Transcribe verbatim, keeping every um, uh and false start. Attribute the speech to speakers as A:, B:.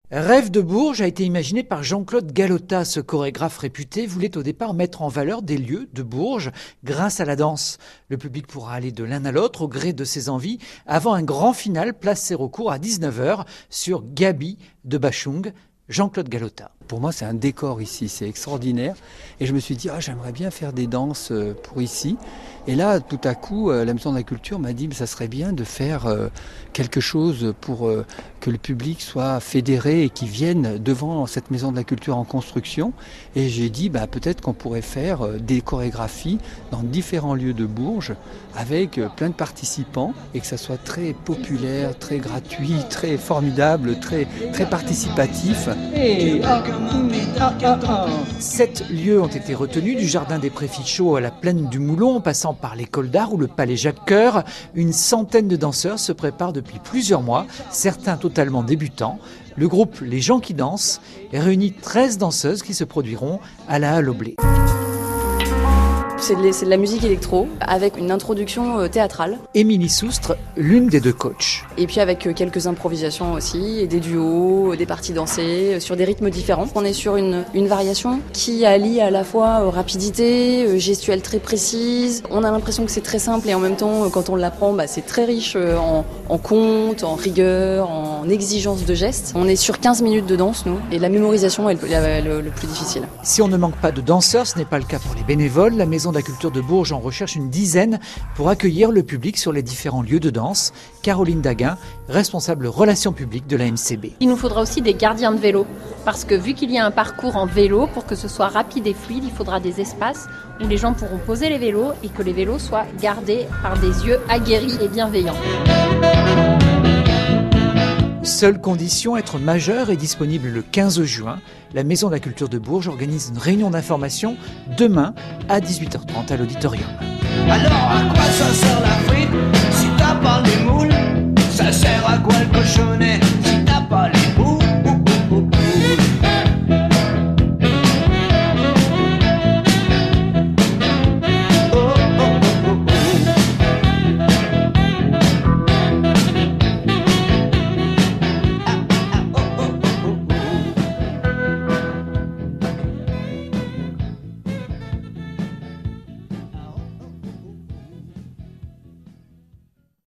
A: Rêve de Bourges a été imaginé par Jean-Claude Galota. Ce chorégraphe réputé voulait au départ mettre en valeur des lieux de Bourges grâce à la danse. Le public pourra aller de l'un à l'autre au gré de ses envies avant un grand final place Sérocourt à dix-neuf heures sur Gabi de Bachung. Jean-Claude Galota.
B: Pour moi, c'est un décor ici, c'est extraordinaire. Et je me suis dit, ah, j'aimerais bien faire des danses pour ici. Et là, tout à coup, la Maison de la Culture m'a dit, mais ça serait bien de faire quelque chose pour que le public soit fédéré et qu'il vienne devant cette Maison de la Culture en construction. Et j'ai dit, bah, peut-être qu'on pourrait faire des chorégraphies dans différents lieux de Bourges avec plein de participants et que ça soit très populaire, très gratuit, très formidable, très, très participatif.
A: Et ah, ah, ah, ah. Sept lieux ont été retenus, du jardin des Préfichots à la plaine du Moulon, en passant par l'école d'art ou le palais Jacques-Cœur. Une centaine de danseurs se préparent depuis plusieurs mois, certains totalement débutants. Le groupe Les Gens qui dansent réunit treize danseuses qui se produiront à la Halle au Blé.
C: C'est de, c'est de la musique électro avec une introduction théâtrale.
A: Émilie Soustre, l'une des deux coachs.
C: Et puis avec quelques improvisations aussi, et des duos, des parties dansées, sur des rythmes différents. On est sur une, une variation qui allie à la fois rapidité, gestuelle très précise. On a l'impression que c'est très simple et en même temps, quand on l'apprend, bah, c'est très riche en, en compte, en rigueur, en exigence de gestes. On est sur quinze minutes de danse, nous, et la mémorisation est le, le, le, le plus difficile.
A: Si on ne manque pas de danseurs, ce n'est pas le cas pour les bénévoles. La Maison de la Culture de Bourges en recherche une dizaine pour accueillir le public sur les différents lieux de danse. Caroline Daguin, responsable relations publiques de la M C B.
D: Il nous faudra aussi des gardiens de vélo, parce que vu qu'il y a un parcours en vélo, pour que ce soit rapide et fluide, il faudra des espaces où les gens pourront poser les vélos et que les vélos soient gardés par des yeux aguerris et bienveillants.
A: Seule condition, être majeur et disponible le quinze juin. La Maison de la Culture de Bourges organise une réunion d'information demain à dix-huit heures trente à l'auditorium.
E: Alors à quoi ça sert la frite ?